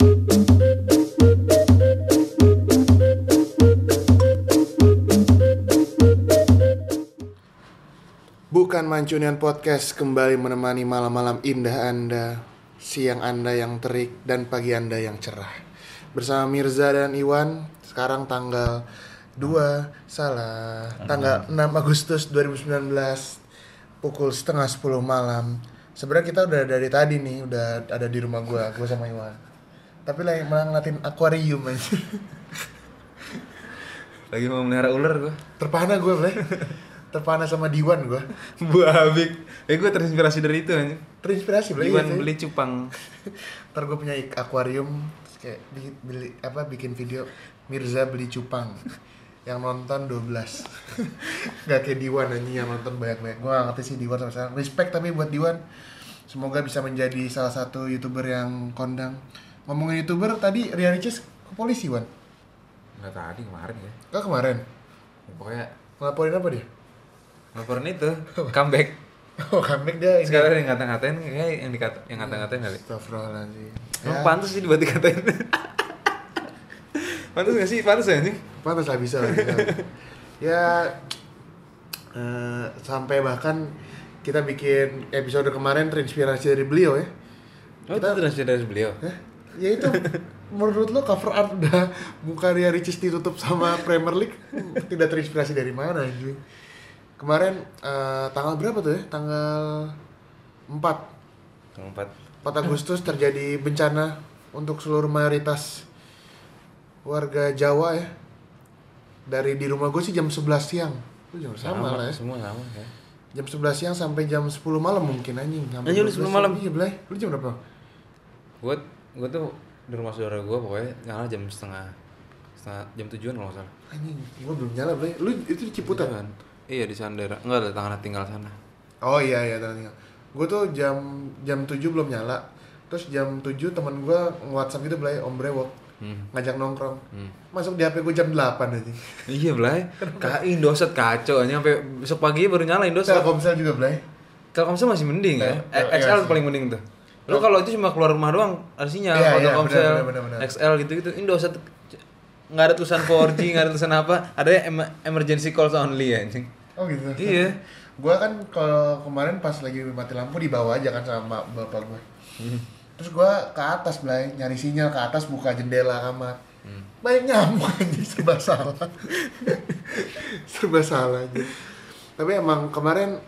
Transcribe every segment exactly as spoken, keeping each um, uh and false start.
Bukan Mancunian Podcast kembali menemani malam-malam indah Anda, siang Anda yang terik, dan pagi Anda yang cerah. Bersama Mirza dan Iwan, sekarang tanggal dua, salah, tanggal enam Agustus dua ribu sembilan belas, pukul setengah sepuluh malam. Sebenarnya kita udah dari tadi nih, udah ada di rumah gue, gue sama Iwan. Tapi lagi malah ngeliatin akuarium aja. Lagi mau melihara ular gue. Terpana gue, Blay. Terpana sama Diwan gue. Buah Habik. Eh gue terinspirasi dari itu aja. Terinspirasi Blay. Diwan beli cupang. Ntar gue punya akuarium, kayak bikin, beli, apa, bikin video Mirza beli cupang. Yang nonton dua belas. Gak kayak Diwan anjing yang nonton banyak-banyak. Gue gak ngerti sih Diwan sama sekarang. Respect tapi buat Diwan. Semoga bisa menjadi salah satu YouTuber yang kondang. Ngomongin YouTuber, tadi Rian Ricis ke polisi, Wan? Nggak tadi, kemarin ya. Kok kemarin? Ya, pokoknya ngelaporin apa dia? ngelaporin itu, comeback. Oh, comeback dia ini. Sekarang yang ngata-ngatain, kayak yang dikata, yang ngata-ngatain kali. Astagfirullahaladzim. Emang ya. Pantas sih dibuat dikatain. Pantas gak sih? Pantas ya nih? Pantas lah, bisa lah. Bisa. Ya, uh, sampai bahkan kita bikin episode kemarin terinspirasi dari beliau ya. Oh, kita terinspirasi dari beliau? Hah? Ya itu, menurut lo cover art udah muka Ria Ricis ditutup sama Premier League, tidak terinspirasi dari mana anjing? Kemarin uh, tanggal berapa tuh ya? Tanggal empat. Tanggal empat. empat Agustus terjadi bencana untuk seluruh mayoritas warga Jawa ya. Dari di rumah gue sih jam sebelas siang. Lu jam sama, sama lah ya. Semua sama ya. Jam sebelas siang sampai jam sepuluh malam mungkin anjing. Anjing lu sepuluh malam? Iya, Blay. Lu jam berapa? Gue gue tuh di rumah saudara gue pokoknya nyala jam setengah setengah jam tujuan kalau nggak salah. Anjing, gue belum nyala, Blay. Lu itu di Ciputat kan? Iya di sana daerah. Enggak ada tangan tinggal sana. Oh iya iya tangan tinggal. Gue tuh jam jam tujuh belum nyala. Terus jam tujuh teman gue nge-WhatsApp gitu, Blay, Om Brewok. Hmm. Ngajak nongkrong. Hmm. Masuk di H P gue jam delapan aja. Iya, Blay. Ka Indosat kacau aja sampai besok pagi baru nyala Indosat. Telkomsel juga, Blay. Telkomsel masih mending ya. Eh, X L iya, paling mending tuh. Lu kalau itu cuma keluar rumah doang ada sinyal. Iya, kalau iya, Telkomsel, bener, bener, bener. X L gitu-gitu. Indosat enggak ada tulisan four G, enggak ada tulisan apa. Ada em emergency calls only ya, anjing. Oh gitu. Iya. Gue kan kalau kemarin pas lagi mati lampu di bawah aja kan sama bapak gue. Hmm. Terus gue ke atas, Blay, nyari sinyal ke atas, buka jendela kamar. Hmm. Banyak nyamuk aja, serba salah. Serba salah aja. Tapi emang kemarin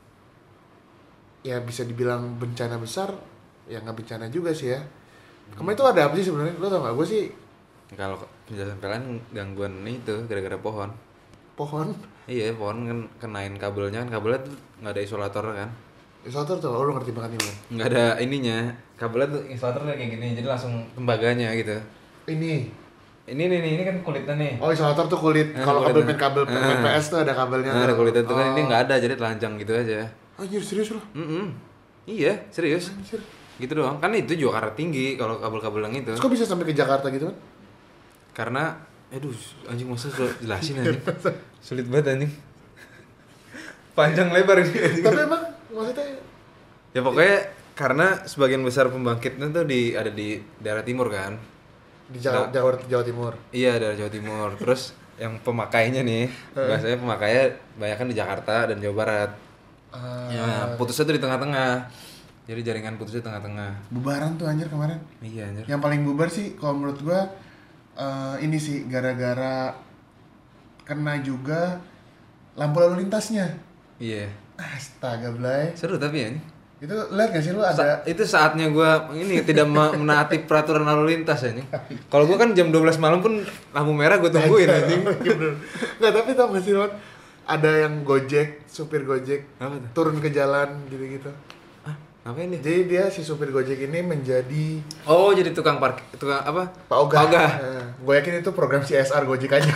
ya bisa dibilang bencana besar, ya nggak bencana juga sih ya. Kemarin itu ada apa sih sebenarnya? Lo tau nggak? Gue sih kalau penjelasan P L N gangguan itu gara-gara pohon. Pohon? Iya, pohon kan kenain kabelnya kan, kabelnya tuh nggak ada isolator kan. Isolator tuh, oh, lo ngerti banget ini. Nggak ada ininya, kabelnya tuh isolatornya kayak gini, jadi langsung tembaganya gitu. Ini? Ini nih, ini kan kulitnya nih. Oh, isolator tuh kulit. Nah, kalau kabel main kabel main P S tuh ada kabelnya. Nah, ada kulitnya tuh kan, oh. Ini nggak ada, jadi telanjang gitu aja. Anjir, serius lo? Mm-mm. Iya, serius. Anjir. Gitu doang, kan itu juga karena tinggi kalau kabel-kabel yang itu. Terus kok bisa sampai ke Jakarta gitu kan? Karena, aduh, anjing masa gue jelasin anjing. Sulit banget anjing. Panjang lebar ini anjing. Tapi emang maksudnya ya pokoknya karena sebagian besar pembangkitnya tuh di ada di daerah timur kan. Di Jawa, Jawa, Jawa Timur. Iya, daerah Jawa Timur. Terus yang pemakainya nih, biasanya pemakainya banyak kan di Jakarta dan Jawa Barat. Uh, ya, putusnya tuh di tengah-tengah. Jadi jaringan putusnya di tengah-tengah. Bubaran tuh anjir kemarin. Iya anjir. Yang paling bubar sih kalau menurut gua uh, ini sih gara-gara kena juga lampu lalu lintasnya. Iya. Astaga, Blay. Seru tapi ya. Itu lihat gak sih lu ada Sa- itu saatnya gua ini tidak menaati peraturan lalu lintas ya nih. Kalau gua kan jam dua belas malam pun lampu merah gua tungguin anjing. Enggak, tapi tau gak sih, Ron? Ada yang Gojek, supir Gojek turun ke jalan gitu-gitu. Ah, ngapain nih? Jadi dia si supir Gojek ini menjadi oh, jadi tukang parkir, tukang apa? Pak Ogah. Pak Ogah. Nah, gue yakin itu program C S R Gojek aja.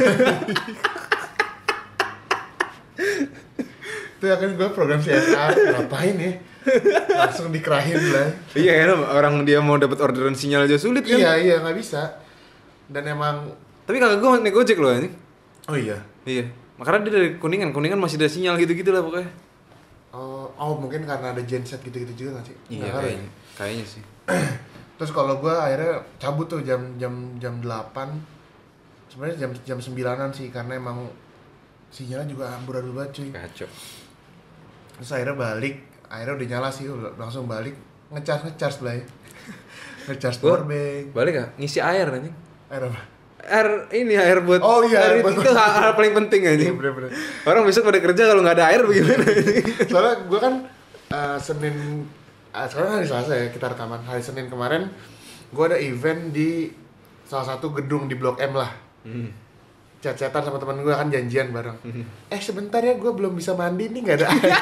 Itu yakin gue program C S R, ngapain ya? Langsung dikerahin lah. Iya kan, orang dia mau dapat orderan sinyal aja sulit kan? Iya, iya, nggak bisa. Dan emang tapi kakak gue naik Gojek loh anjing. Oh iya? Iya. Makanya dia dari Kuningan, Kuningan masih ada sinyal gitu-gitu lah pokoknya. Oh, oh mungkin karena ada genset gitu-gitu juga nggak sih? Iya, kayaknya, kayaknya sih. Terus kalau gue akhirnya cabut tuh jam jam jam delapan. Sebenarnya jam jam sembilanan sih karena emang sinyalnya juga amburadul banget cuy. Kacau. Terus akhirnya balik, akhirnya udah nyala sih, langsung balik ngecas ngecas belai. Ngecas powerbank. Balik gak? Ngisi air anjing. Air apa? Air ini air buat. Oh iya, air buat- itu hal, hal paling penting anjing. Iya bener-bener. Orang besok pada kerja kalau nggak ada air bagaimana? Soalnya gue kan uh, Senin, uh, sekarang hari Selasa ya kita rekaman. Hari Senin kemarin gue ada event di salah satu gedung di Blok M lah. Hmm. Chat-chatan sama teman gue kan janjian bareng. Eh sebentar ya gue belum bisa mandi nih nggak ada air.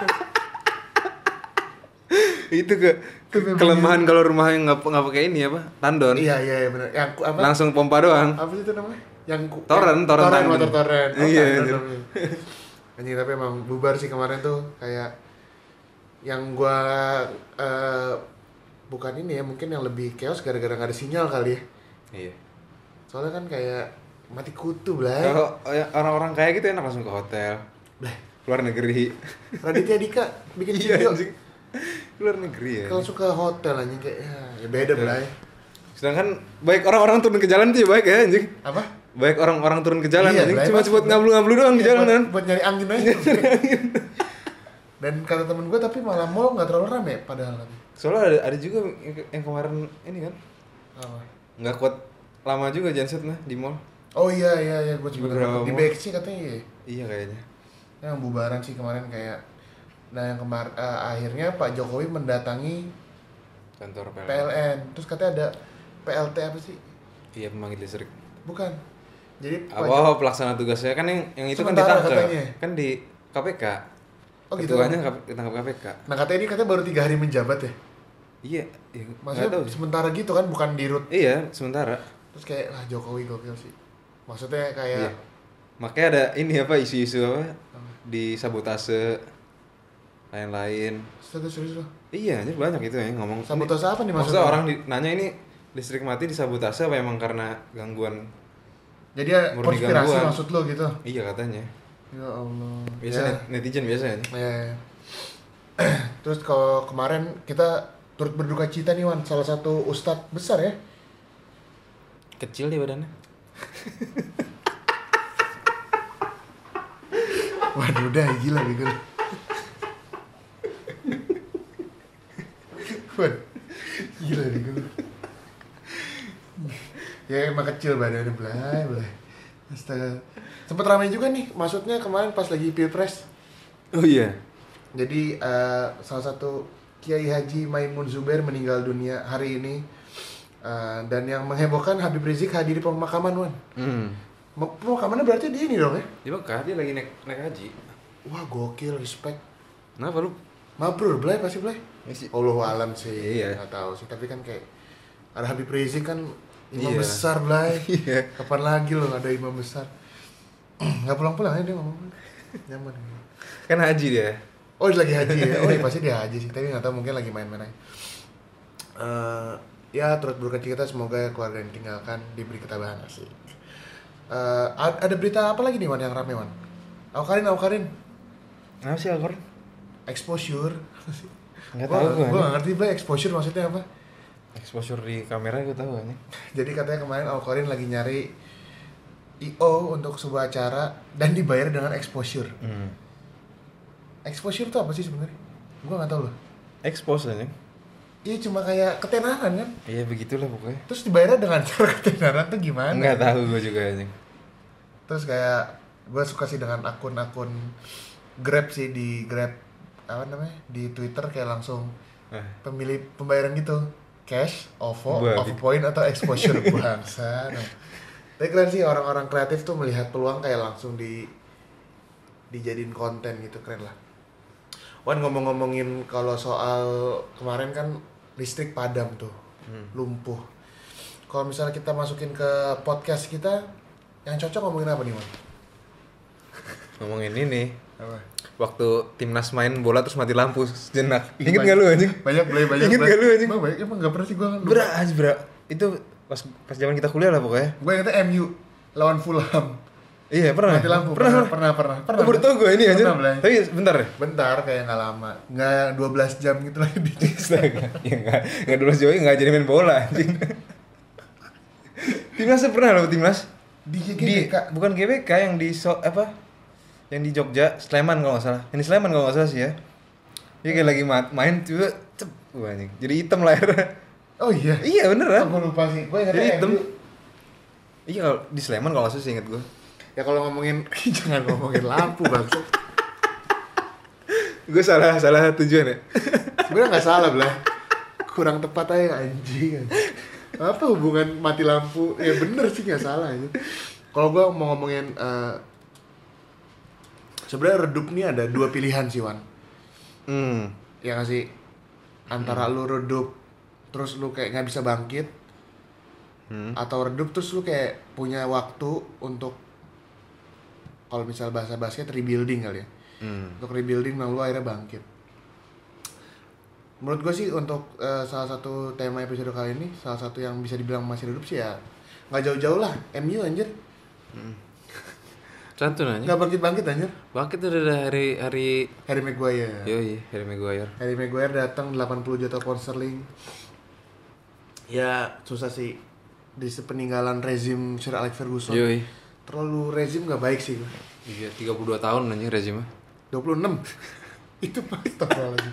Itu ke, ke- kelemahan kalau rumahnya nggak nggak pakai ini apa? Tandon. Iya iya iya benar. Yang ku- apa? Langsung pompa doang. Apa sih itu namanya? Yang ku- Toren, yang- toren toren tandon. motor toren. Oh, Iya, tandon iya. namanya. Anjing tapi emang bubar sih kemarin tuh kayak yang gua eh, bukan ini ya, mungkin yang lebih chaos gara-gara nggak ada sinyal kali ya. Iya. Soalnya kan kayak mati kutu Blay. Kalau ya, orang-orang kayak gitu enak langsung ke hotel, Blay. luar negeri. Raditya Dika bikin Iya video anjing. Luar negeri ya. kalau suka hotel anjing kayak ya, ya beda Blay. Sedangkan baik orang-orang turun ke jalan tuh ya baik ya anjing. Apa? Baik orang-orang turun ke jalan Iya, anjing Blay, cuma pasti. buat ngablu-ngablu doang di Ya, jalan buat, kan. buat nyari angin aja. Dan kata temen gue tapi malah mall nggak terlalu rame padahal kan. Soalnya ada, ada juga yang, yang kemarin ini kan Apa? nggak kuat lama juga genset nah di mall. Oh iya iya iya gue juga Beberapa di mall. B X C katanya iya. Iya kayaknya. Yang bubaran sih kemarin kayak nah yang kemarin akhirnya Pak Jokowi mendatangi Kantor P L N. P L N terus katanya ada P L T apa sih? Iya pembangkit listrik. Bukan. Jadi Pak Oh pelaksana tugasnya kan yang yang itu kan Sementara ditangkap katanya. kan di K P K. Oh gitu. Ketuanya kap- ditangkap K P K. Nah katanya ini katanya baru tiga hari menjabat ya. Iya. iya Maksudnya nggak tahu sih. sementara gitu kan bukan di root. Iya sementara. Terus kayak lah Jokowi gokil sih. Maksudnya kayak Iya. Makanya ada ini apa isu-isu apa di sabotase lain-lain. serius serius loh. Iya, ini banyak itu ya ngomong. Sabotase apa nih Maksudnya maksudnya? orang di, nanya ini listrik mati disabotase apa emang karena gangguan? Jadi ya Murni konspirasi gangguan. maksud lo gitu. Iya katanya. Ya Allah. Biasa Ya. net- netizen biasanya. Ya. Terus kalau kemarin kita turut berduka cita nih Wan, salah satu ustadz besar ya. Kecil dia badannya. Waduh udah gila gitu. Waduh, gila gitu. Ya emang kecil badannya belai belai. Astaga. Sempet ramai juga nih, maksudnya kemarin pas lagi pilpres. Oh iya. Jadi eh, salah satu Kiai Haji Maimun Zubair meninggal dunia hari ini. Eh, dan yang menghebohkan Habib Rizik hadir di pemakaman Wan. Hmm. Pem- Pemakamannya berarti di ini dong ya? Di Mekah dia lagi naik naik haji. Wah gokil, respect. Kenapa lu? Mabrur, Blay pasti Blay. Masih. Allahu alam sih, Iya. nggak tahu sih. Tapi kan kayak ada Habib Rizik kan imam Iya. besar Blay. Iya. Kapan lagi loh ada imam besar? Nggak pulang-pulang ya dia ngomong. Nyaman. Kan haji dia. Oh dia lagi haji ya? Oh iya pasti dia haji sih. Tapi nggak tahu mungkin lagi main-main aja. Eh, ya turut berduka cita, semoga keluarga yang ditinggalkan diberi ketabahan sih. Eh, ad- ada berita apa lagi nih Wan yang rame Wan? Awkarin, Awkarin. Kenapa sih Alkor? Exposure. Nggak Gua- tahu gua. Gua nggak ngerti Blay exposure maksudnya apa. Exposure di kamera gue tahu kan. Jadi katanya kemarin Alkorin lagi nyari I O untuk sebuah acara dan dibayar dengan exposure. Hmm. Exposure itu apa sih sebenarnya? Gua nggak tahu loh. Expose aja. Iya cuma kayak ketenaran kan? Iya begitulah pokoknya. Terus dibayarnya dengan cara ketenaran tuh gimana? Nggak tahu gue juga aja. Terus kayak gue suka sih dengan akun-akun Grab sih di Grab apa namanya di Twitter kayak langsung Eh. pemilih pembayaran gitu cash, O V O, Wah, O V O gitu. point atau exposure bangsa. Nah. Tapi keren sih orang-orang kreatif tuh melihat peluang kayak langsung di dijadiin konten gitu, keren lah. Wan ngomong-ngomongin kalau soal kemarin kan listrik padam tuh, Hmm. lumpuh. Kalau misalnya kita masukin ke podcast kita, yang cocok ngomongin apa nih Wan? Ngomongin ini. Apa? Waktu timnas main bola terus mati lampu sejenak. Ih, Ingat banyak- gak lu anjing? Banyak beli banyak. Ingat banget. gak lu, anjing? Emang banyak, emang gak pernah sih gue kan. Bra, bra. Itu pas pas zaman kita kuliah lah pokoknya. Gue ingetnya M U lawan Fulham. Iya, pernah. Mati lampu. Pernah, Pernah, pernah, pernah. pernah Oh, baru tau gue ini aja. Pernah, Tapi bentar ya? Bentar, kayak nggak lama. Nggak dua belas jam gitu lah di Astaga. Ya enggak, enggak dulu sejauh ini enggak jadi main bola anjing. Timnas pernah loh, Timnas. Di G G Di B K. bukan G B K yang di so, apa? Yang di Jogja, Sleman kalau nggak salah. Yang di Sleman kalau nggak salah sih ya. Dia kayak lagi ma- main tiba cep, wah anjing. Jadi hitam layarnya. Oh iya. Iya beneran. Aku lupa sih. Gue Jadi ingatnya hitam. M U. Iya kalau di Sleman kalau nggak salah sih inget gue. Ya kalau ngomongin jangan ngomongin lampu bangsa. Gue salah salah tujuan ya. Sebenarnya nggak salah belah. Kurang tepat aja anjing. Apa hubungan mati lampu? Ya bener sih nggak salah aja. Kalau gue mau ngomongin uh, sebenarnya redup nih ada dua pilihan sih Wan. Hmm. Ya nggak sih antara hmm. lu redup terus lu kayak nggak bisa bangkit, hmm. atau redup terus lu kayak punya waktu untuk kalau misal bahasa basket rebuilding kali ya, hmm. untuk rebuilding lalu akhirnya bangkit. Menurut gue sih untuk uh, salah satu tema episode kali ini, salah satu yang bisa dibilang masih redup sih ya nggak jauh-jauh lah M U anjir. Hmm. Satu nanya. Nggak bangkit-bangkit anjir. Bangkit udah hari hari Harry Maguire. Yoi, Harry Maguire. Harry Maguire datang delapan puluh juta pound sterling. Ya susah sih di sepeninggalan rezim Sir Alex Ferguson. Yoi. Terlalu rezim nggak baik sih. Iya, tiga puluh dua tahun anjing rezimnya. dua puluh enam. Itu pasti lagi.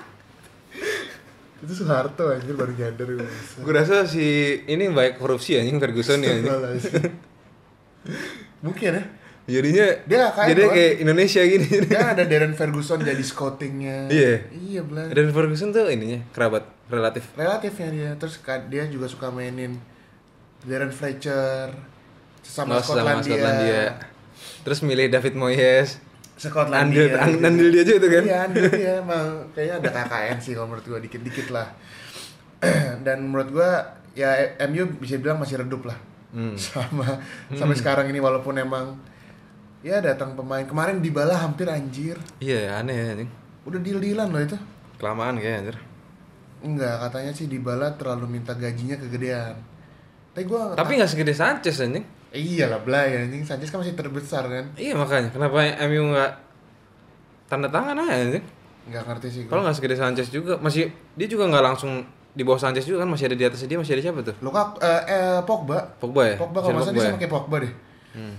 Itu Soeharto anjir baru nyadar gue. Gue rasa si ini baik korupsi anjing Ferguson ya anjing. Mungkin ya. Jadinya dia kayak jadi kayak Indonesia gini. Dia ada Darren Ferguson jadi scoutingnya. Iya. Iya belah. Darren Ferguson tuh ininya kerabat relatif. Relatifnya dia. Terus dia juga suka mainin Darren Fletcher sama oh, Skotlandia. Skotlandia. Terus milih David Moyes. Skotlandia. Andil, andil dia aja itu kan. Iya, andil dia emang kayaknya ada K K N sih kalau menurut gua dikit-dikit lah. Dan menurut gua ya M U bisa bilang masih redup lah. Hmm. Sama hmm. sampai sekarang ini walaupun emang ya datang pemain kemarin Dybala hampir anjir. Iya aneh ya anjing. Udah deal-dealan loh itu. Kelamaan kayak anjir. Enggak, katanya sih Dybala terlalu minta gajinya kegedean. Tapi gua Tapi enggak segede Sanchez anjing. Eh, iyalah Blay anjing, Sanchez kan masih terbesar kan. Iya makanya kenapa M U enggak tanda tangan aja anjing? Enggak ngerti sih. Kalau enggak segede Sanchez juga masih dia juga enggak langsung di bawah Sanchez juga kan, masih ada di atasnya dia, masih ada siapa tuh? Lukaku eh, eh Pogba. Pogba ya? Pogba kalau masa dia sama kayak Pogba deh. Hmm.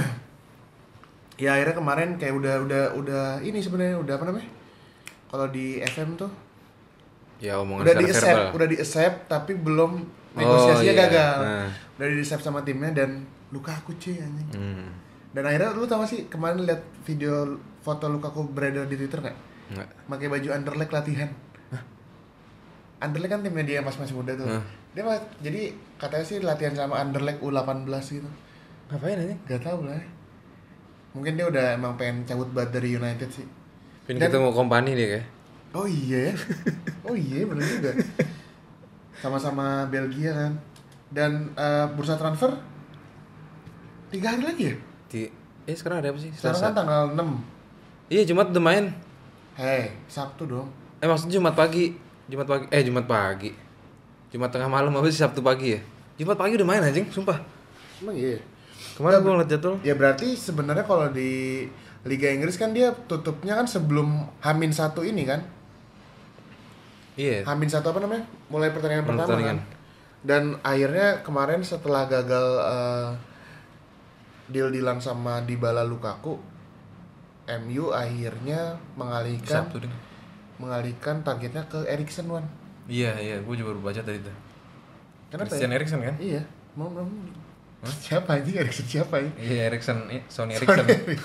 Ya akhirnya kemarin kayak udah udah udah ini sebenarnya udah apa namanya? Kalau di F M tuh ya omongan udah di-accept, udah di-accept tapi belum negosiasinya oh, iya. gagal. Nah. Udah di-accept sama timnya dan Lukaku cuy anjing. Hmm. Dan akhirnya lu tau gak sih kemarin lihat video foto Lukaku beredar di Twitter enggak? Enggak. Pakai baju Anderlecht latihan. Hah? Anderlecht kan timnya dia pas masih muda tuh. Hah? Dia mas, jadi katanya sih latihan sama Anderlecht U delapan belas gitu. Ngapain aja? Gak tau lah. Mungkin dia udah emang pengen cabut banget dari United sih. Pengen ketemu kompani dia kayak. Oh iya. Oh iya bener juga. Sama-sama Belgia kan. Dan uh, bursa transfer tiga hari lagi ya? Di, eh sekarang ada apa sih? Sekarang kan tanggal enam. Iya Jumat udah main. Hei, Sabtu dong. Eh maksudnya Jumat pagi. Jumat pagi. Eh Jumat pagi. Jumat tengah malam apa sih, Sabtu pagi ya? Jumat pagi udah main anjing, sumpah. Emang iya. Kemarin gue ngeliat jadwal. Ya berarti sebenarnya kalau di Liga Inggris kan dia tutupnya kan sebelum Hamin satu ini kan? Iya. Hamin satu apa namanya? Mulai pertandingan pertama pertandingan. Kan? Dan akhirnya kemarin setelah gagal uh, deal-dealan sama Dybala Lukaku, M U akhirnya mengalihkan Sabtu, mengalihkan targetnya ke Eriksen Wan. Iya iya, gue juga baru baca tadi tuh. Kenapa? Christian ya? Eriksen kan? Iya. Mau mau. Huh? Siapa anjing Eriksen siapa ini? Iya Eriksen, Sony Eriksen.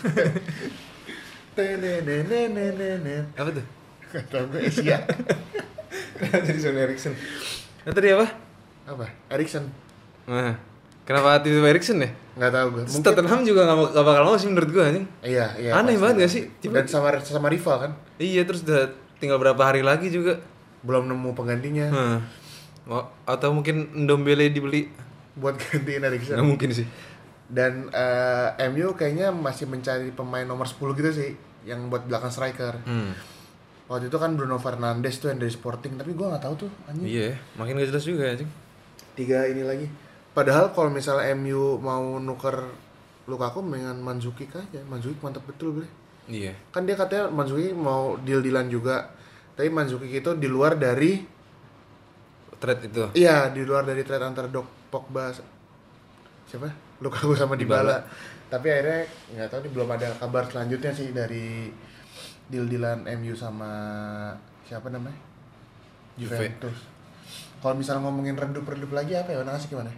Tenenenenenenen. Apa tuh? Kata gue Asia. Jadi Sony Eriksen. Nah tadi apa? Apa? Eriksen. Nah, kenapa tiba-tiba Eriksen ya? Nggak tahu gue. Mungkin Tottenham juga nggak bakal mau sih menurut gue anjing. Iya, iya. Aneh banget gak sih? Tiba- Dan sama sama rival kan? Iya, terus udah tinggal berapa hari lagi juga. Belum nemu penggantinya. Hmm. Oh, atau mungkin Ndombele dibeli buat gantiin Eriksen. Nggak mungkin sih. Dan uh, M U kayaknya masih mencari pemain nomor sepuluh gitu sih, yang buat belakang striker. Hmm. Waktu itu kan Bruno Fernandes tuh yang dari Sporting, tapi gue nggak tahu tuh anjing. Iya, makin gak jelas juga anjing. Tiga ini lagi. Padahal kalau misalnya M U mau nuker Lukaku dengan Mandzukic aja. Mandzukic mantap betul bre. Iya. Kan dia katanya Mandzukic mau deal-dealan juga. Tapi Mandzukic itu di luar dari Trade itu. iya, di luar dari trade antara Dok Pogba siapa? Lukaku sama Dybala. Tapi akhirnya nggak tahu nih, belum ada kabar selanjutnya sih dari deal-dealan M U sama siapa namanya? Juventus. Kalau misalnya ngomongin redup-redup lagi apa ya? Warna asik gimana?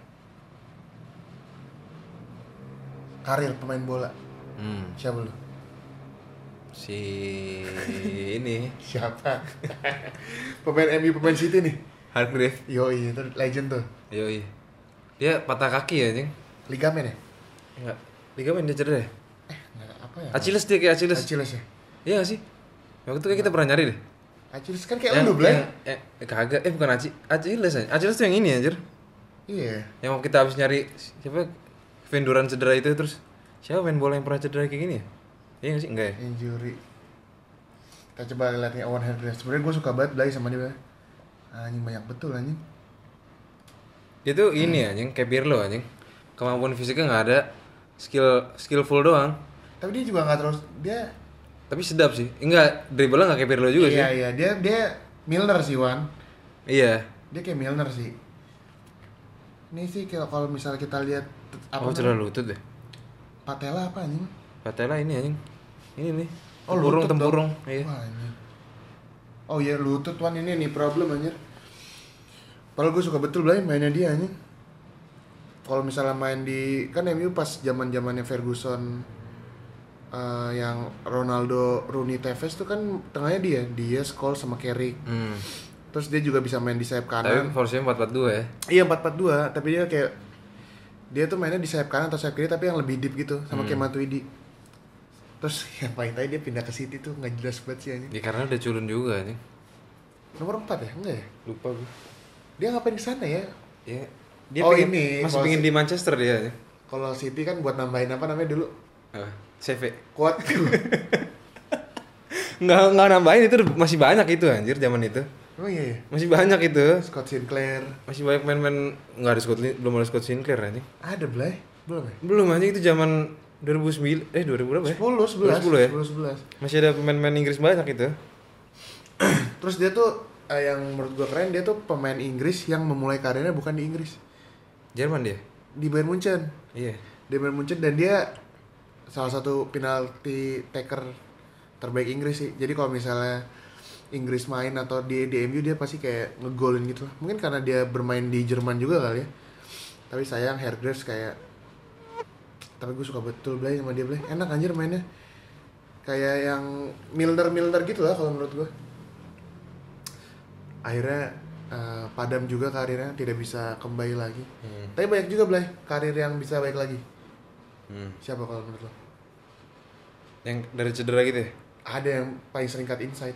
Karir pemain bola. Hmm. Siapa lu? Si ini Siapa? Pemain M U, pemain City nih. Hargrave. Yoi, itu legend tuh. Yoi. Dia patah kaki ya, anjing. Ligamen ya? Enggak. Ligamen dia cedera ya? Eh, enggak apa ya? Achilles dia kayak Achilles. Achilles ya? Iya gak sih? Waktu itu kayak kita pernah nyari deh. Achilles kan kayak lu, Blay. Eh, eh, kagak. Eh, bukan Achi. Achilles aja. Achilles tuh yang ini anjir. Iya. Yang waktu kita habis nyari siapa? Kevin Durant cedera itu terus siapa main bola yang pernah cedera kayak gini ya? Iya gak sih? Enggak ya? Injury. Kita coba lihat nih Owen Hargreaves. Sebenarnya gue suka banget Blay sama dia, Blay. Anjing banyak betul anjing. Dia tuh ini anjing, kayak Pirlo anjing. Kemampuan fisiknya enggak ada, skill skillful doang. Tapi dia juga nggak terus dia. Tapi sedap sih. Enggak, dribble-nya enggak kayak Pirlo juga sih. Iya iya dia dia Milner sih Wan. Iya. Dia kayak Milner sih. Ini sih kalau kalau misalnya kita lihat Apa oh, cedera lutut deh. Patella apa anjing? Patella ini anjing. Ini nih. Oh, tempurung lutut tempurung. dong. Iya. Wah, anjing. Oh iya lutut Wan, ini nih problem anjir. Padahal gue suka betul Blay mainnya dia anjing. Kalau misalnya main di kan M U pas zaman-zamannya Ferguson, uh, yang Ronaldo, Rooney, Tevez tuh kan tengahnya dia, dia Scholes sama Carrick. Hmm. Terus dia juga bisa main di sayap kanan. Tapi formasinya empat empat dua ya. Iya empat empat dua, tapi dia kayak dia tuh mainnya di sayap kanan atau sayap kiri tapi yang lebih deep gitu sama Hmm. kayak Matuidi. Terus yang paling tadi dia pindah ke City tuh nggak jelas banget sih anjing. Ya karena udah culun juga anjing. Nomor empat ya? Enggak ya? Lupa gue. Dia ngapain di sana ya? Ya. Dia Oh, pengen, ini, masih kalau pengen si- di Manchester dia. anjing. Kalau City kan buat nambahin apa namanya dulu? Apa? C V. Kuat. Nggak nggak nambahin itu masih banyak itu anjir zaman itu. Oh iya ya. Masih banyak itu. Scott Sinclair. Masih banyak main-main nggak ada Scott Lin- belum ada Scott Sinclair anjing. Ada Blay? Belum ya? Belum anjing itu zaman dua ribu sembilan eh dua ribu berapa ya? sepuluh, sebelas. sepuluh ya? sepuluh, sebelas. Masih ada pemain-pemain Inggris banyak itu. Terus dia tuh eh, yang menurut gua keren, dia tuh pemain Inggris yang memulai karirnya bukan di Inggris, Jerman dia. di Bayern Munchen. Iya. Di Bayern Munchen dan dia salah satu penalti taker terbaik Inggris sih. Jadi kalau misalnya Inggris main atau di, di M U dia pasti kayak ngegolin gitu. Mungkin karena dia bermain di Jerman juga kali ya. Tapi sayang Hargreaves kayak, tapi gue suka betul Blay sama dia Blay. Enak anjir mainnya. Kayak yang Milner-Milner gitu lah kalau menurut gue. Akhirnya uh, padam juga karirnya, tidak bisa kembali lagi. Hmm. Tapi banyak juga Blay karir yang bisa baik lagi. Hmm. Siapa kalau menurut lo? Yang dari cedera gitu ya? Ada yang paling sering cut inside.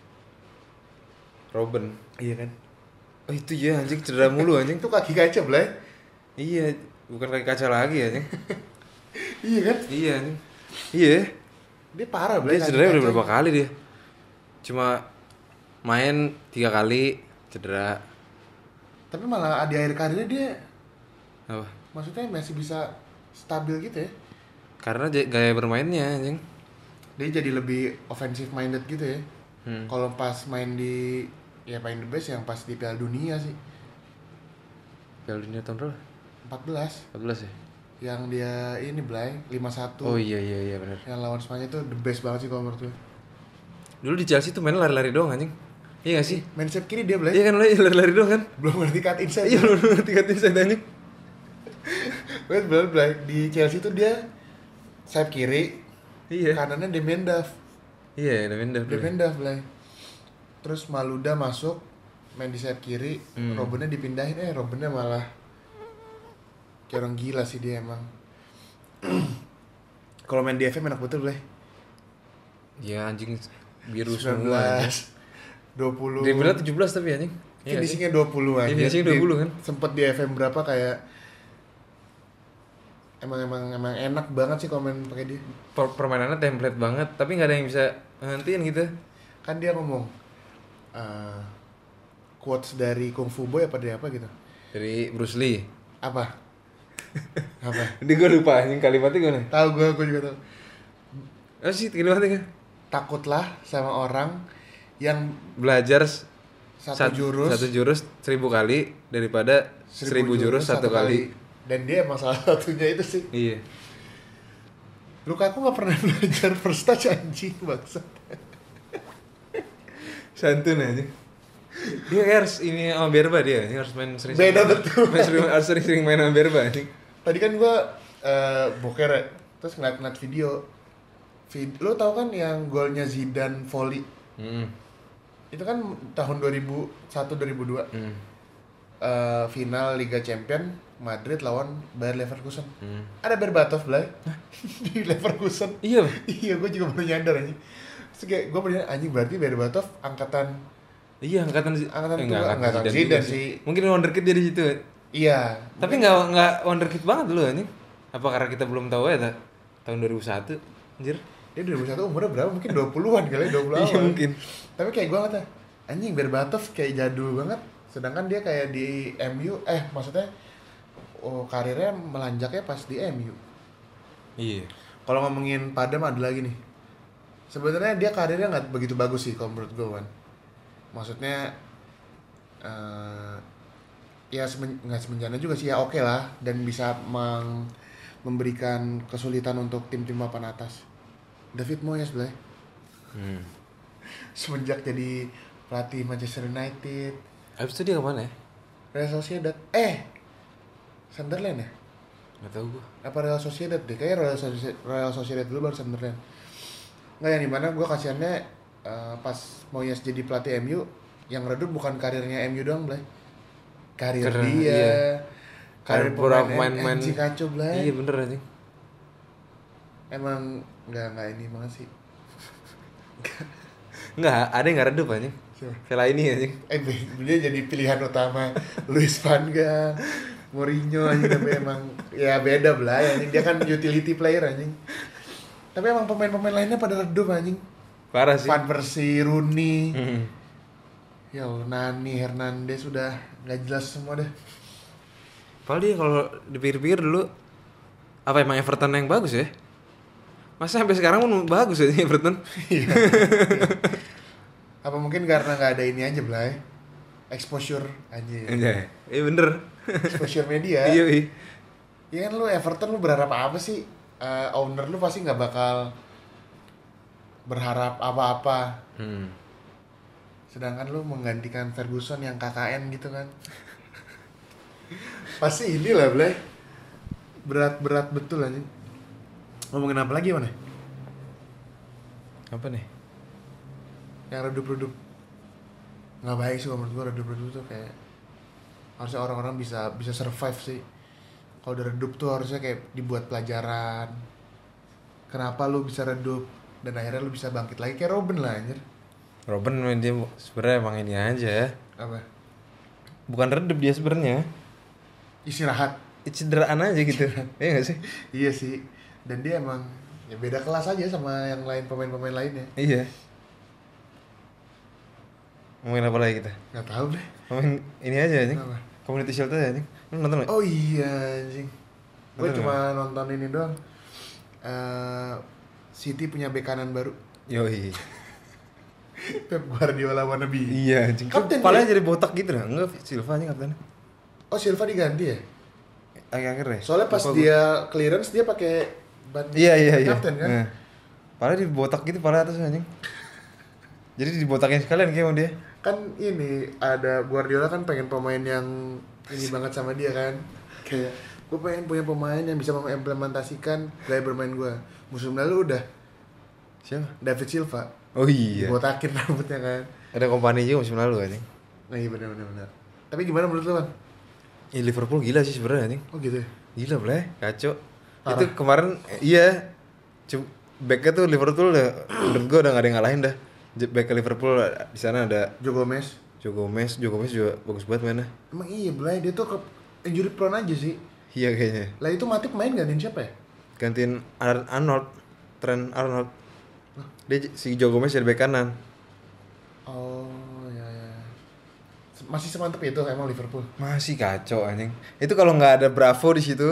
Robben. Iya kan? Oh itu ya anjing cedera mulu anjing. Itu kaki kaca Blay. Iya, bukan kaki kaca lagi anjing. Iya kan? Iya anjing. Iya. Dia parah Blay. Dia cedera udah berapa kali dia? Cuma main tiga kali cedera. Tapi malah di akhir karirnya dia, Apa? maksudnya masih bisa stabil gitu ya. Karena j- gaya bermainnya anjing. Dia jadi lebih offensive minded gitu ya. Hmm. Kalau pas main di, ya main the best yang pas di Piala Dunia sih. Piala Dunia tahun berapa? empat belas. empat belas ya? Yang dia ini Blay, lima satu. Oh iya iya iya benar. Yang lawan Spanyol itu the best banget sih kalau menurut gue. Dulu di Chelsea tuh main lari-lari doang anjing. Iya gak sih? Main sayap kiri dia Blay. Iya kan lo lari-lari doang kan? Belum ngerti cut inside. Iya lu ngerti katin saya anjing. Wait, bener Blay. Di Chelsea tuh dia sayap kiri, Iya. kanannya Demendaf. Iya, udah pindah. Demendaf Blay. Terus Maluda masuk main di sayap kiri, Hmm. Robbennya dipindahin, eh Robbennya malah kayak orang gila sih dia emang. Kalau main di F M enak betul Blay. Iya anjing biru sembilan semua. belas, dua puluh. Dia bilang tujuh belas tapi anjing. Iya nggak sih? Finishingnya dua puluh aja. Iya, finishingnya dua puluh kan? Sempet di F M berapa kayak emang emang emang enak banget sih kalau main pakai dia. Per- permainannya template banget, tapi nggak ada yang bisa ngantiin gitu. Kan dia ngomong uh, quotes dari Kung Fu Boy apa dari apa gitu. Dari Bruce Lee. Apa? Apa? Ini gue lupa anjing kalimatnya gimana? Tahu gue, gue juga tahu. Apa sih kalimatnya kan? Takutlah sama orang yang Belajar satu sat- jurus satu jurus seribu kali daripada seribu, jurus, satu kali. Dan dia emang salah satunya itu sih. Iya. Lukaku nggak pernah belajar first touch anjing bangsat. Santun aja. Dia harus ini sama Berba dia, dia harus main sering. Beda betul. Main sering, harus sering-sering main sama Berba anjing. Tadi kan gua uh, boker ya, terus ngeliat-ngeliat video. Vid- lo tau kan yang golnya Zidane volley? Hmm. Itu kan tahun dua ribu satu dua ribu dua. Hmm. Uh, final Liga Champion Madrid lawan Bayer Leverkusen. Hmm. Ada Berbatov Blay di Leverkusen. Iya. Iya, gue juga baru nyadar anjing. Terus kayak gue baru nyadar anjing berarti Berbatov angkatan Iya, angkatan angkatan eh, tua, enggak, angkatan Zidane Zidane juga sih. Mungkin wonderkid dia di situ. Iya. Tapi enggak enggak wonderkid banget dulu anjing. Apa karena kita belum tahu ya ta? Tahun dua ribu satu. Anjir. Dia dua ribu satu umurnya berapa? Mungkin dua puluhan kali, dua puluh awal. Iya mungkin. Tapi kayak gue ngata, anjing Berbatov kayak jadul banget. Sedangkan dia kayak di M U, eh maksudnya oh, karirnya melanjaknya pas di M U. Iya. Kalau ngomongin Padam ada lagi nih. Sebenarnya dia karirnya nggak begitu bagus sih kalau menurut gue kan. Maksudnya uh, ya semen, nggak semenjana juga sih ya oke okay lah dan bisa meng, memberikan kesulitan untuk tim-tim papan atas. David Moyes Blay. Hmm. Semenjak jadi pelatih Manchester United. Abis itu dia kemana ya? Real Sociedad. Eh, Sunderland ya? Gak tau gue. Apa Real Sociedad deh? Kayaknya Real Sociedad, Real Sociedad dulu baru Sunderland. Nggak, yang dimana gue kasihannya uh, pas Moyes jadi pelatih M U, yang redup bukan karirnya M U doang, Blay. Karir Karena, dia. Iya. Karir Karir pemain pemain-pemain M G kacau, Blay. Iya bener anjing. Emang nggak nggak ini banget sih. Enggak, ada yang gak redup anjing. Vela ini anjing. Eh, dia jadi pilihan utama Luis Van Gaal, Mourinho anjing, tapi emang ya beda belah anjing. Dia kan utility player anjing. Tapi emang pemain-pemain lainnya pada redup anjing. Parah sih. Van Persie, Rooney. Mm-hmm. Ya Allah, Nani, Hernandez sudah nggak jelas semua deh. Padahal dia kalau dipikir-pikir dulu apa emang Everton yang bagus ya? Masa sampai sekarang pun bagus ya Everton? Iya. Apa mungkin karena nggak ada ini aja Blay, exposure aja. Iya, iya bener. Exposure media. Iya, iya. Iya kan lu Everton lu berharap apa sih? Uh, owner lu pasti nggak bakal berharap apa-apa. Hmm. Sedangkan lu menggantikan Ferguson yang K K N gitu kan. Pasti inilah Blay. Berat-berat betul anjing. Ngomongin apa lagi mana? Apa nih? Yang redup-redup. Nggak baik sih menurut gua redup-redup tuh kayak harusnya orang-orang bisa bisa survive sih. Kalau udah redup tuh harusnya kayak dibuat pelajaran. Kenapa lu bisa redup dan akhirnya lu bisa bangkit lagi kayak Robin lah anjir. Robin dia sebenarnya emang ini aja ya. Apa? Bukan redup dia sebenarnya. Istirahat. Cederaan aja gitu. Iya enggak sih? Iya sih. Dan dia emang ya beda kelas aja sama yang lain pemain-pemain lainnya. Iya. Ngomongin apa lagi kita? Nggak tahu deh. Ngomongin ini aja anjing. Apa? Community Shield aja anjing. Lu nonton enggak? Oh iya anjing. Gue Nonton cuma nonton ini doang. Uh, City punya bek kanan baru. Yoi. Pep Guardiola wannabe. Iya anjing. Kapten Kepalanya dia? jadi botak gitu nah. Enggak, Silva anjing kapten. Oh Silva diganti ya? Akhir-akhir ya. Soalnya pas Lupa dia clearance dia pakai ban Iya iya iya. kapten kan? Nah. Padahal dibotak gitu pala atas anjing. Jadi dibotakin sekalian kayak sama dia. Kan ini ada Guardiola kan pengen pemain yang ini banget sama dia kan. Kayak gue pengen punya pemain yang bisa mengimplementasikan gaya bermain gue. Musim lalu udah Siapa? David Silva. Oh iya. Dibotakin rambutnya kan. Ada kompani juga musim lalu anjing. Nah iya benar benar benar. Tapi gimana menurut lu, Bang? Ya Liverpool gila sih sebenarnya anjing. Oh gitu ya. Gila boleh, kacau. Parah. Itu kemarin iya. Cuma backnya tuh Liverpool udah menurut gue udah gak ada yang ngalahin dah. Back ke Liverpool di sana ada Joe Gomez. Joe Gomez, Joe Gomez juga bagus banget mainnya. Emang iya Blay, dia tuh ke injury prone aja sih. Iya kayaknya. Lah itu Matip main gantiin siapa ya? Gantiin Ar- Arnold, Trent Arnold. Dia si Joe Gomez jadi back kanan. Oh ya ya. Masih semantep itu emang Liverpool. Masih kacau anjing. Itu kalau nggak ada Bravo di situ,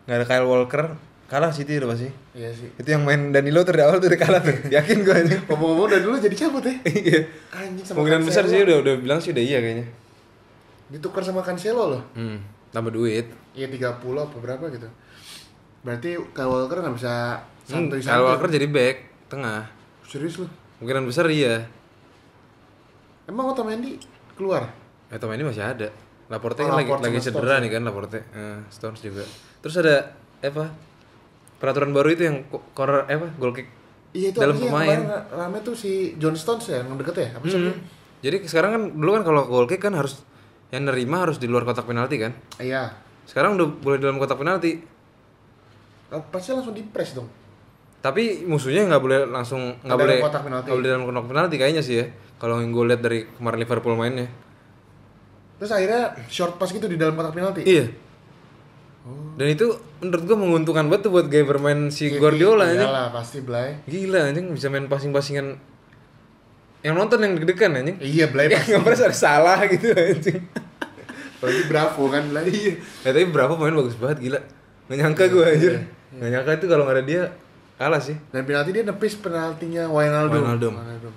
Nggak ada Kyle Walker, kalah City udah pasti. Iya sih. Itu yang main Danilo tuh dari awal tuh udah kalah tuh. Yakin gue aja. Ngomong-ngomong dari dulu jadi cabut ya. Iya. Anjing sama Kemungkinan besar sih Cancelo. udah udah bilang sih udah iya kayaknya. Ditukar sama Cancelo loh. Hmm, tambah duit. Iya tiga puluh apa berapa gitu. Berarti Kyle Walker nggak bisa Hmm, santuy-santuy. Kyle Walker jadi back tengah. Serius lu? Kemungkinan besar iya. Emang Otamendi keluar? Atau ini masih ada. Laporte Oh, kan lagi Laporte lagi sama cedera Stones nih kan Laporte. Eh, Stones juga. Terus ada apa? Peraturan baru itu yang ko- corner apa? Goal kick Iya itu dalam apa sih yang pemain. kemarin rame tuh si John Stones ya yang deket ya? Apa sih? Hmm. Jadi sekarang kan dulu kan kalau goal kick kan harus yang nerima harus di luar kotak penalti kan. Iya. Sekarang udah boleh dalam kotak penalti. Oh, pasti langsung di press dong. Tapi musuhnya nggak boleh langsung nggak Dalam boleh kotak penalti. nggak boleh dalam kotak penalti kayaknya sih ya. Kalau yang gue lihat dari kemarin Liverpool mainnya. Terus akhirnya short pass gitu di dalam kotak penalti. Iya. Dan itu menurut gue menguntungkan banget tuh buat gaya bermain si City, Guardiola anjing. Iyalah pasti Blay. Gila anjing bisa main passing-passingan yang nonton yang deg-degan anjing. Iya Blay Yang pasti. nggak pernah ada salah gitu anjing. Apalagi Bravo kan Blay. Iya. Ya, tapi berapa pemain bagus banget gila. Nggak nyangka gue anjir. Nggak nyangka itu kalau nggak ada dia kalah sih. Dan penalti dia nepis penaltinya Wijnaldum. Wijnaldum. Wijnaldum.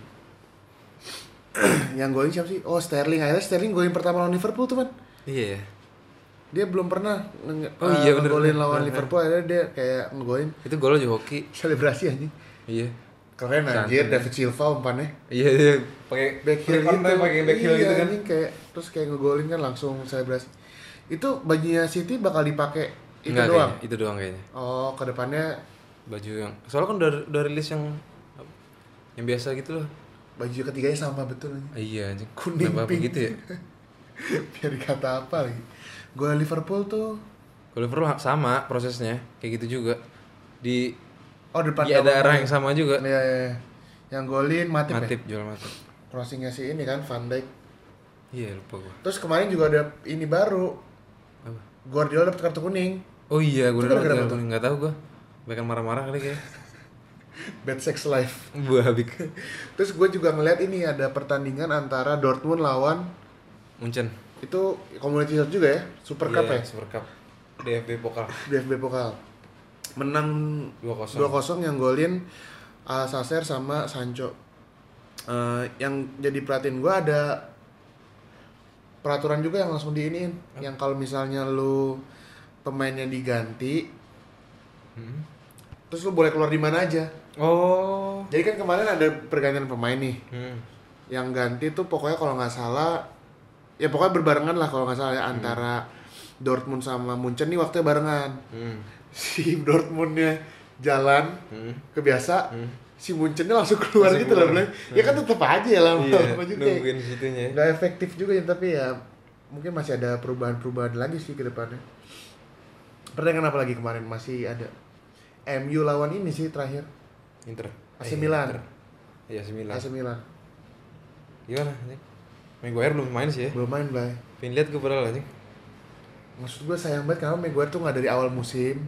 Yang golin siapa sih? Oh Sterling. Akhirnya Sterling golin pertama lawan Liverpool tuh man. Iya. Dia belum pernah nge- Oh uh, iya, bener, ngegolin bener, lawan bener. Liverpool. Akhirnya dia kayak ngegolin Itu gol aja hoki. selebrasi anjing. Iya. Keren anjir David Silva umpannya. Iya iya pakai Back heel pakai gitu. pantai, pakai back heel Iya, gitu kan. anjing, kayak terus kayak ngegolin kan langsung selebrasi. Itu bajunya City bakal dipakai itu Enggak, doang. kayaknya. Itu doang kayaknya. Oh, ke depannya Baju yang soalnya kan udah udah rilis yang yang biasa gitu loh. baju ketiganya sama betul anjing. Ah, iya anjing. Kuning, Kenapa pink. gitu ya? Biar dikata apa lagi. Gol Liverpool tuh Kalau Liverpool sama prosesnya kayak gitu juga. Di oh depan di ada arah yang sama juga. Iya, iya, iya. Yang golin Matip, Matip ya? jual Matip. Crossingnya si ini kan Van Dijk. Iya lupa gua. Terus kemarin juga ada ini baru. Apa? Guardiola dapat kartu kuning. Oh iya, gue Itu udah gara-gara nggak apa? nggak tahu gue. Bahkan marah-marah kali kayak. Bad sex life. Buah habis. Terus gue juga ngeliat ini ada pertandingan antara Dortmund lawan Munchen. itu Community Shield juga ya, Super Cup Iya, ya, Super Cup. D F B Pokal D F B Pokal. Menang dua kosong. dua kosong yang golin Alsacer sama Sancho. Eh, yang jadi perhatiin gue ada peraturan juga yang langsung diiniin, yang kalau misalnya lu pemainnya diganti, Hmm. terus lu boleh keluar di mana aja. Oh. Jadi kan kemarin ada pergantian pemain nih, Hmm. yang ganti tuh pokoknya kalau nggak salah, ya pokoknya berbarengan lah kalau nggak salah ya, antara Dortmund sama Munchen nih waktunya barengan. Hmm. Si Dortmundnya jalan Hmm. kebiasa, Hmm. si Munchennya langsung keluar Langsung gitu lah, keluar. Blay. Ya kan tetap aja ya lama-lama Iya, juga. nungguin situnya. Nggak efektif juga ya, tapi ya mungkin masih ada perubahan-perubahan lagi sih ke depannya. Pertandingan apa lagi kemarin masih ada M U lawan ini sih terakhir, Inter. A C Eh, Milan. Inter. Iya, A C Milan. A C Milan. Gimana anjing? Maguire belum main sih ya. Belum main, Blay. Pengen lihat gue padahal anjing. Maksud gue sayang banget karena Maguire tuh nggak dari awal musim,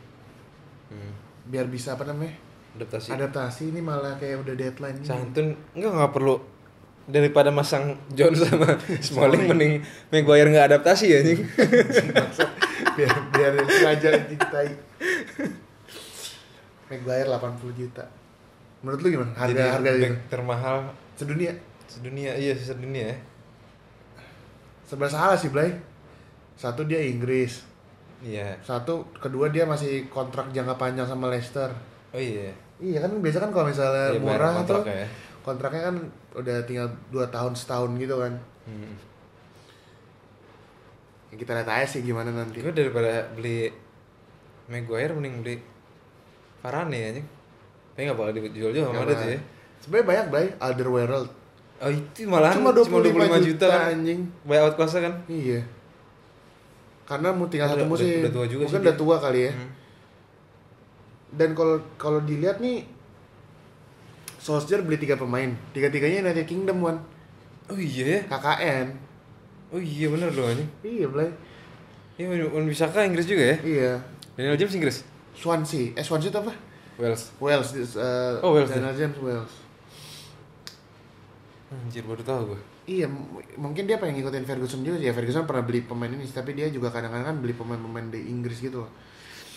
Hmm. biar bisa apa namanya Adaptasi. adaptasi, ini malah kayak udah deadline. Santun enggak enggak perlu daripada masang John sama Smalling Smalling. mending Maguire nggak adaptasi ya anjing. biar biar sengaja dicintai. Maguire delapan puluh juta. Menurut lu gimana? Harga Jadi harga back itu termahal sedunia. sedunia. Iya, sedunia ya. Serba salah sih, Blay. Satu dia Inggris. Iya. Satu kedua dia masih kontrak jangka panjang sama Leicester. Oh iya. Iya kan biasa kan kalau misalnya Iya, bayar murah tuh kontraknya ya. kontraknya kan udah tinggal dua tahun setahun gitu kan. Hmm. Ya, kita lihat aja sih gimana nanti. Gue daripada beli Maguire mending beli Varane ya anjing. Tapi nggak bakal dijual juga sama ada tuh ya. Sebenarnya banyak, Blay. Alderweireld. Oh itu malah Cuma dua puluh lima juta, juta, kan. anjing. Buyout kelasnya kan. Iya. Karena mau tinggal Udah- satu musim. udah- udah tua juga Mungkin sih udah dia. tua kali ya. Hmm. Dan kalau kalau dilihat nih Solskjaer beli tiga pemain. Tiga-tiganya United Kingdom, Wan. Oh iya ya. K K N. Oh iya bener loh anjing. Iya, Blay. Iya, Wan Bissaka Inggris juga ya. Iya. Daniel James Inggris. Swansea. Eh Swansea itu apa? Wales. Wales. this, uh, Oh, Wales, Daniel James Wales. Anjir baru tahu gue. Iya, m- mungkin dia pengen ngikutin Ferguson juga sih. Ya Ferguson pernah beli pemain ini, tapi dia juga kadang-kadang kan beli pemain-pemain di Inggris gitu loh.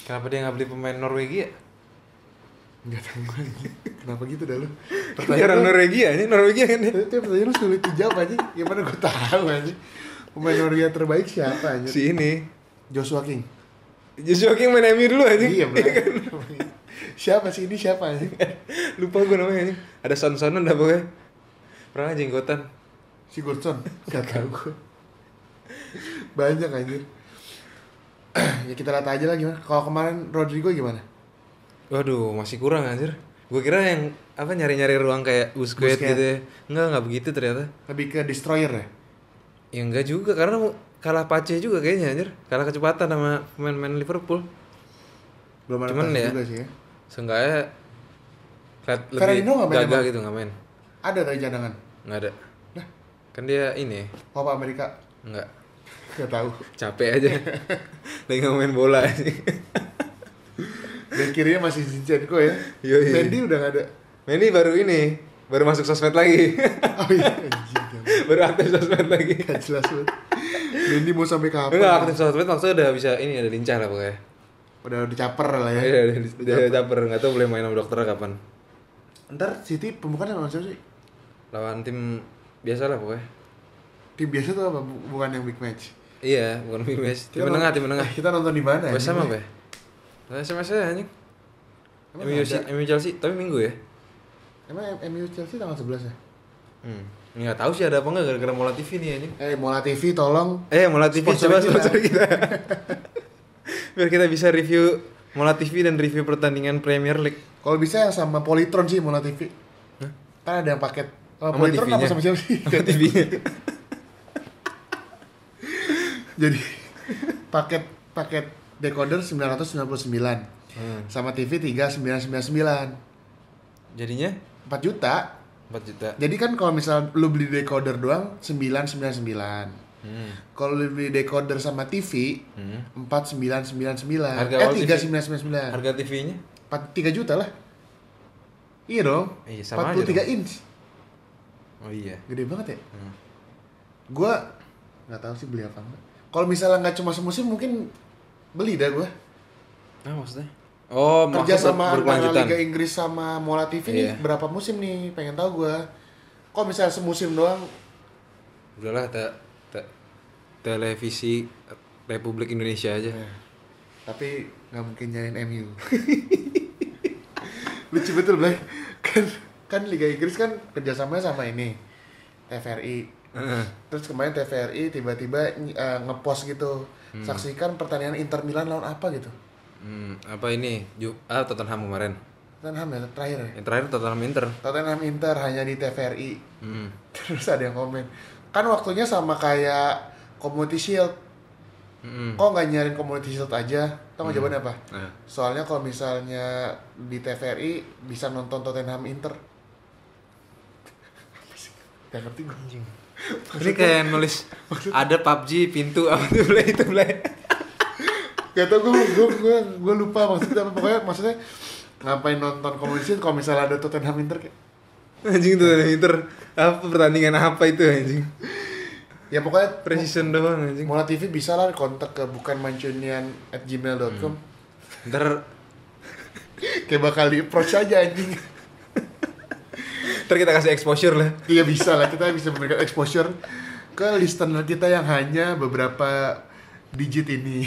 Kenapa dia nggak beli pemain Norwegia? Enggak tahu aja. Kenapa gitu dah lu? Pertanyaan orang Norwegia ini, Norwegia kan dia. Itu pertanyaan lu sulit dijawab aja. Gimana gue tahu aja. Pemain Norwegia terbaik siapa aja? Si ini. Joshua King. Joshua King main M U dulu aja. Iya benar. Siapa sih ini siapa aja? Lupa gue namanya anjing. Ada son-sonan dah pokoknya. Pernah jenggotan. Sigurdsson. Gak tahu gue. Banyak anjir. Ya kita lihat aja lah gimana. Kalau kemarin Rodrigo gimana? Waduh, masih kurang anjir. Gue kira yang apa nyari-nyari ruang kayak Busquets, Busquets. gitu ya. Enggak, enggak begitu ternyata. Lebih ke destroyer ya? Ya enggak juga karena kalah Pace juga kayaknya anjir. Kalah kecepatan sama pemain-pemain Liverpool. Belum ada Cuman tes ya, juga sih ya. seenggaknya lihat lebih Fernandinho nggak main gagah emang? gitu nggak main. Ada dari cadangan? Nggak ada. Lah, Kan dia ini Copa Amerika? enggak Gak tahu. capek aja. Lagi nggak main bola aja. Dan kirinya masih Zinchenko ya. Yoi. Mendy udah gak ada. Mendy baru ini, baru masuk sosmed lagi. Oh iya, anjing. Baru aktif sosmed lagi. Gak jelas banget. Mendy mau sampai kapan? Enggak aktif sosmed maksudnya udah bisa ini ada lincah lah pokoknya. Udah dicaper lah ya. Iya, udah, udah caper, nggak tahu boleh main sama dokter kapan. Ntar City pembukaan lawan siapa sih? Lawan tim biasa lah pokoknya. Tim biasa tuh apa? Bukan yang big match. Iya, bukan big match. Tim Kita menengah, nonton- tim menengah. Eh, kita nonton di mana? West Ham anjing? apa ya? Lah S M S aja anjing. Emang M U ada? M U Chelsea, tapi minggu ya? Emang M U Chelsea tanggal sebelas ya? Hmm. Nggak tahu sih ada apa nggak gara-gara Mola T V nih anjing. Eh, Mola T V tolong. Eh, Mola T V Sponsor coba kita. sponsor kita. Biar kita bisa review Mola T V dan review pertandingan Premier League. Kalau bisa yang sama Polytron sih Mola T V. Hah? Kan ada yang paket. Kalau Sama Polytron T V-nya. apa sama siapa sih? Sama T V-nya. Jadi paket paket decoder sembilan ratus sembilan puluh sembilan Hmm. sama T V tiga ribu sembilan ratus sembilan puluh sembilan. Jadinya empat juta. empat juta. Jadi kan kalau misal lu beli decoder doang sembilan ratus sembilan puluh sembilan. Hmm. Kalau lu beli decoder sama T V Hmm. empat ribu sembilan ratus sembilan puluh sembilan. Harga Eh awal tiga T V. ribu sembilan ratus sembilan puluh sembilan. Harga T V-nya? Empat tiga juta lah. Iya dong. Iya, sama empat puluh tiga aja inch. Oh iya. Gede banget ya. Hmm. Gua nggak tahu sih beli apa enggak. Kalau misalnya nggak cuma semusim mungkin beli dah gua. Nah, maksudnya? Oh, Kerja maksudnya sama antara berkelanjutan. Liga Inggris sama Mola T V nih Iya. berapa musim nih? Pengen tahu gua. Kok misalnya semusim doang? Udahlah, te, te- televisi Republik Indonesia aja. Ya. Tapi nggak mungkin nyariin M U. Lucu betul, Blay. Kan kan Liga Inggris kan kerjasamanya sama ini T V R I. Heeh. Terus kemarin T V R I tiba-tiba uh, ngepost gitu. Saksikan pertandingan Inter Milan lawan apa gitu. Hmm, apa ini? Ju ah, Tottenham kemarin. Tottenham ya terakhir ya. Yang terakhir Tottenham Inter. Tottenham Inter hanya di T V R I. Hmm. Terus ada yang komen, kan waktunya sama kayak Community Shield. Hmm. Kok nggak nyariin Community Shield aja? Tau nggak jawabannya apa? Nah. Soalnya kalau misalnya di T V R I bisa nonton Tottenham Inter. Apa sih? Gak ngerti gue. Anjing. Ini kayak nulis ada P U B G pintu apa tuh Blay, itu Blay. Gak tau gue, gue, gue, gue lupa maksudnya apa. Pokoknya maksudnya ngapain nonton Community Shield kalau misalnya ada Tottenham Inter kayak. Anjing tuh Inter apa pertandingan apa itu anjing? Ya pokoknya Precision doang anjing. Mola T V bisa lah kontak ke bukan mancunian at gmail dot com. Ntar Kayak bakal di approach aja anjing. ntar kita kasih exposure lah. Iya bisa lah, kita bisa memberikan exposure ke listener kita yang hanya beberapa digit ini.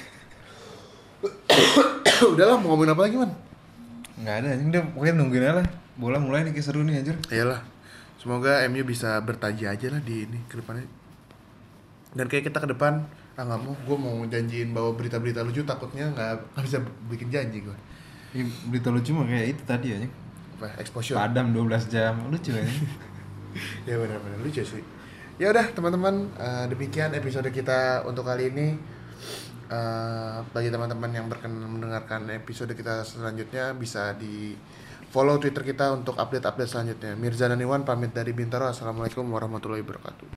Udahlah, mau ngomongin apa lagi, Man? Nggak ada anjing, udah pokoknya nungguin aja lah. Bola mulai nih kayak seru nih anjir. Iyalah. Semoga M U bisa bertaji aja lah di ini ke depannya. Dan kayak kita ke depan, ah nggak mau, gue mau janjiin bawa berita-berita lucu, takutnya nggak nggak bisa bikin janji gue. Ya, berita lucu mah kayak itu tadi anjing. Apa? Exposure. Padam dua belas jam, lucu anjing. Ya benar-benar lucu sih. Ya udah teman-teman, uh, demikian episode kita untuk kali ini. Uh, bagi teman-teman yang berkenan mendengarkan episode kita selanjutnya bisa di follow Twitter kita untuk update-update selanjutnya. Mirza dan Iwan pamit dari Bintaro. Assalamualaikum warahmatullahi wabarakatuh.